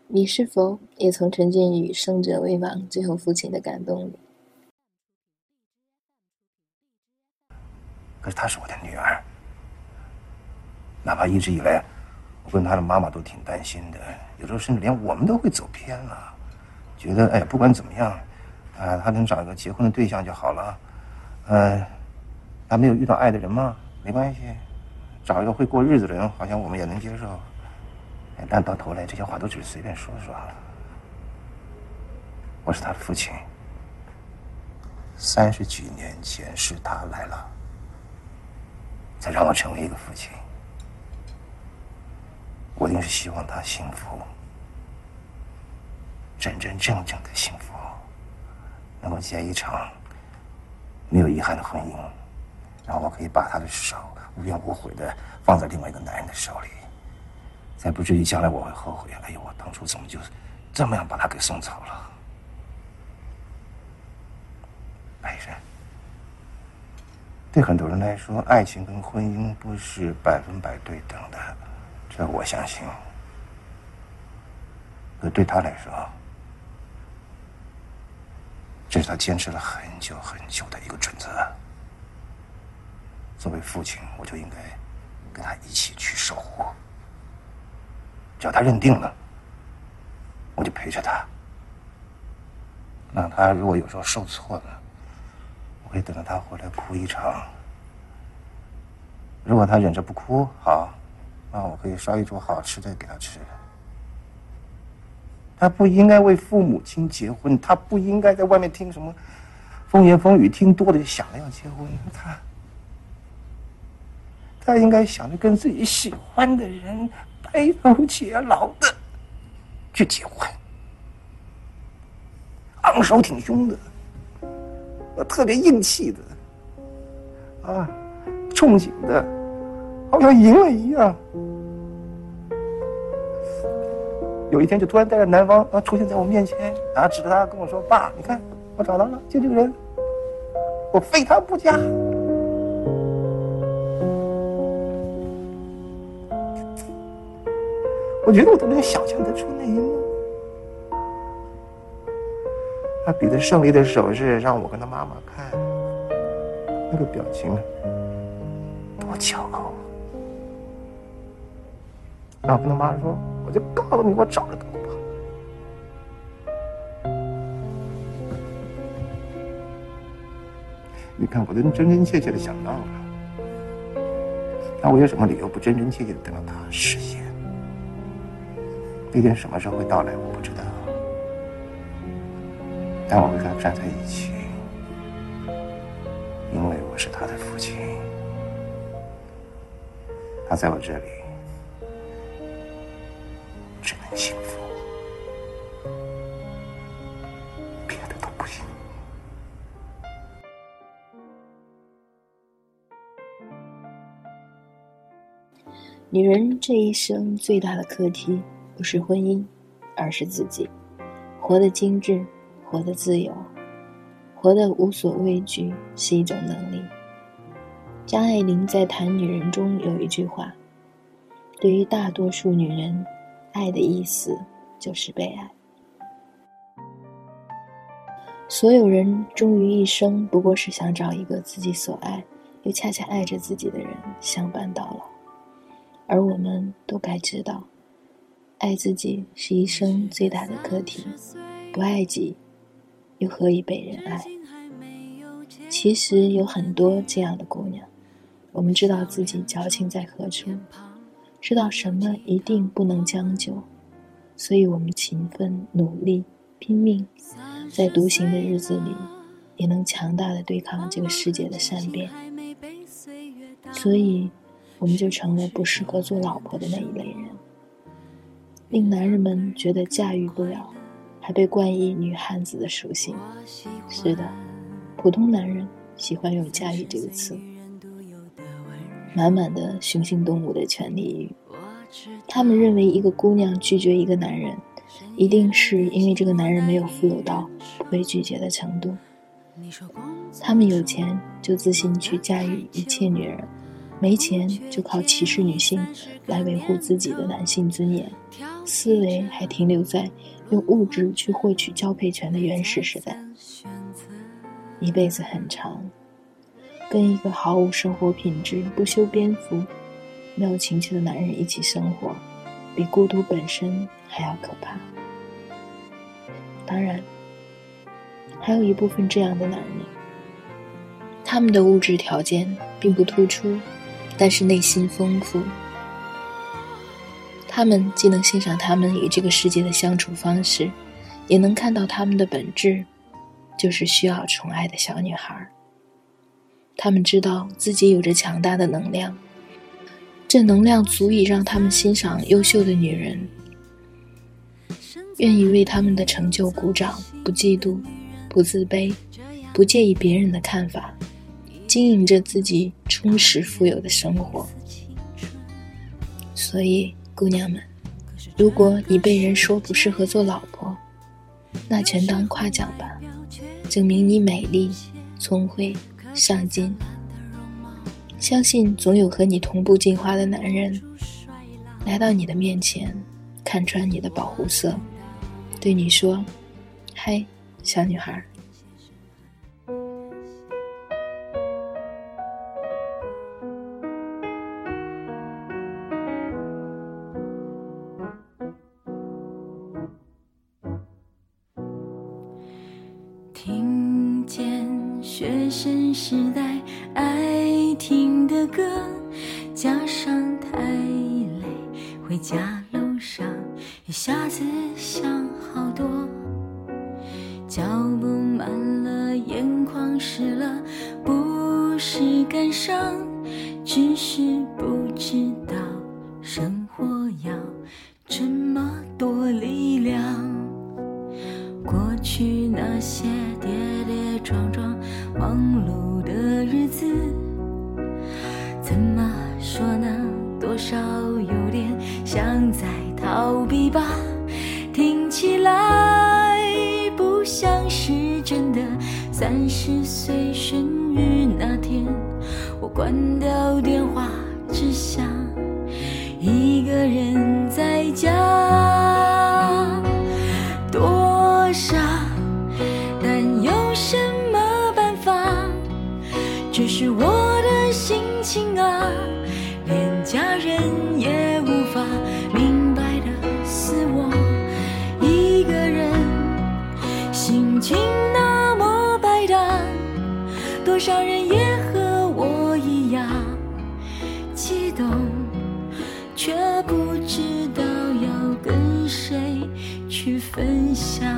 你是否也曾沉浸于胜者为王最后父亲的感动里？ 可是她是我的女儿，哪怕一直以来我跟她的妈妈都挺担心的，有时候甚至连我们都会走偏了，觉得哎，不管怎么样她能找一个结婚的对象就好了。她没有遇到爱的人吗？没关系，找一个会过日子的人，好像我们也能接受。但到头来这些话都只是随便说说。我是他的父亲，30几年前是他来了，才让我成为一个父亲。我一定是希望他幸福，真真正正的幸福，能够结一场没有遗憾的婚姻，然后我可以把他的手无怨无悔的放在另外一个男人的手里，才不至于将来我会后悔，哎呦，我当初怎么就这么样把他给送走了。白人，对很多人来说，爱情跟婚姻不是100%对等的，这我相信。可对他来说，这是他坚持了很久很久的一个准则。作为父亲，我就应该跟他一起去守护。只要他认定了，我就陪着他。那他如果有时候受挫了，我可以等着他回来哭一场。如果他忍着不哭，好，那我可以烧一桌好吃的给他吃。他不应该为父母亲结婚，他不应该在外面听什么风言风语，听多了就想着要结婚。他应该想着跟自己喜欢的人白头偕老的去结婚，昂首挺胸的，特别硬气的，憧憬的，好像赢了一样。有一天就突然带着男方出现在我面前，然后指着他跟我说：“爸，你看我找到了，就这个人，我非他不嫁。”我觉得我都能想象得出那一幕。他比着胜利的手势让我跟他妈妈看，那个表情多骄傲。然后跟他妈说：“我就告诉你，我找得到吧。”你看，我都真真切切的想到了。那我有什么理由不真真切切的等到它实现？那天什么时候会到来，我不知道。但我会跟他站在一起，因为我是他的父亲。他在我这里只能幸福，别的都不行。 女人这一生最大的课题不是婚姻，而是自己。活得精致，活得自由，活得无所畏惧是一种能力。张爱玲在《谈女人》中有一句话：对于大多数女人，爱的意思就是被爱。所有人终于一生不过是想找一个自己所爱又恰恰爱着自己的人相伴到老，而我们都该知道，爱自己是一生最大的课题，不爱己又何以被人爱？其实有很多这样的姑娘，我们知道自己矫情在何处，知道什么一定不能将就，所以我们勤奋努力拼命，在独行的日子里也能强大的对抗这个世界的善变，所以我们就成了不适合做老婆的那一类人，令男人们觉得驾驭不了，还被冠以女汉子的属性。是的，普通男人喜欢用驾驭这个词，满满的雄性动物的权利欲。他们认为一个姑娘拒绝一个男人，一定是因为这个男人没有富有到不被拒绝的程度。他们有钱就自信去驾驭一切女人，没钱就靠歧视女性来维护自己的男性尊严， 思维还停留在用物质去获取交配权的原始时代。一辈子很长，跟一个毫无生活品质、不修边幅、没有情趣的男人一起生活，比孤独本身还要可怕。当然，还有一部分这样的男人，他们的物质条件并不突出，但是内心丰富。他们既能欣赏他们与这个世界的相处方式，也能看到他们的本质，就是需要宠爱的小女孩。他们知道自己有着强大的能量，这能量足以让他们欣赏优秀的女人，愿意为他们的成就鼓掌，不嫉妒，不自卑，不介意别人的看法，经营着自己充实富有的生活。所以姑娘们，如果你被人说不适合做老婆，那全当夸奖吧，证明你美丽、聪慧、上进。相信总有和你同步进化的男人来到你的面前，看穿你的保护色，对你说：嗨，小女孩。 听见学生时代爱听的歌，加上太累，回家路上一下子想好多，脚步慢了，眼眶湿了，不是感伤，只是不知道生活要这么多力量。过去那些跌跌撞撞忙碌的日子，怎么说呢，多少有点像在逃避吧，听起来不像是真的。30岁生日那天，我关掉电话，只想一个人在家。多少，但有什么办法？这是我的心情啊，连家人也无法明白的是我一个人，心情那么摆荡，多少人也和我一样激动，却不知道要跟谁去分享。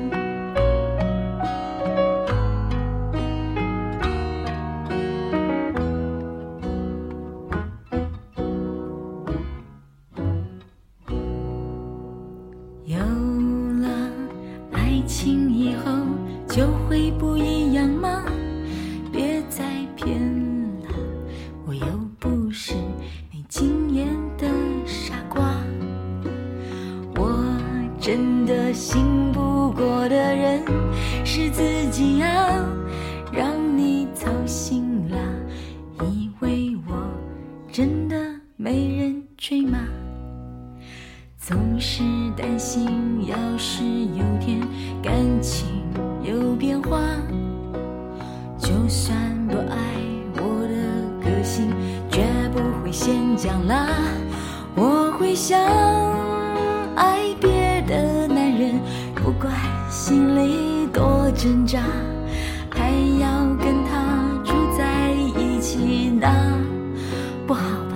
有了爱情以后就会不一样吗？别再骗了，我又不是没经验的傻瓜。我真的信不过的人是自己啊，让你操心了，以为我真的没人追吗？总是担心要是有天感情有变化，就算不爱我的个性绝不会先讲啦。我会想爱别的男人，不管心里多挣扎，还要跟他住在一起，那不好吧？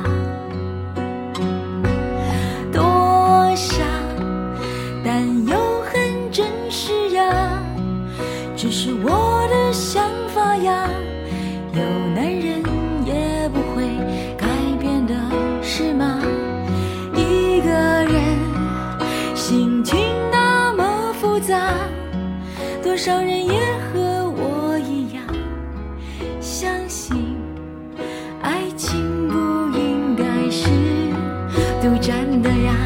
多傻，但又很真实呀，只是我的想法呀，有男人也不会改变的是吗？一个人心情那么复杂，多少人也和我一样相信爱情不应该是独占的呀。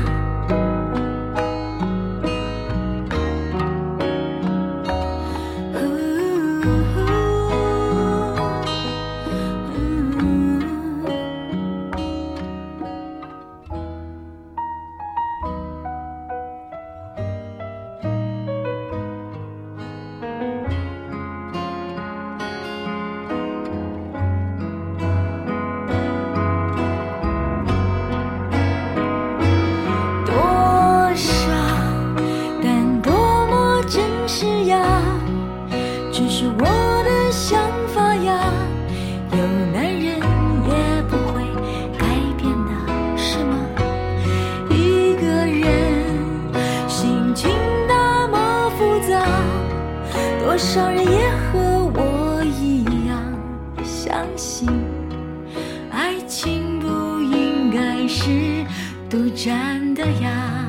少人也和我一样相信，爱情不应该是独占的呀，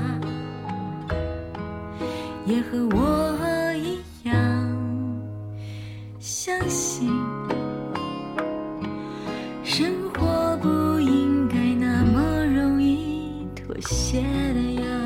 也和我一样相信，生活不应该那么容易妥协的呀。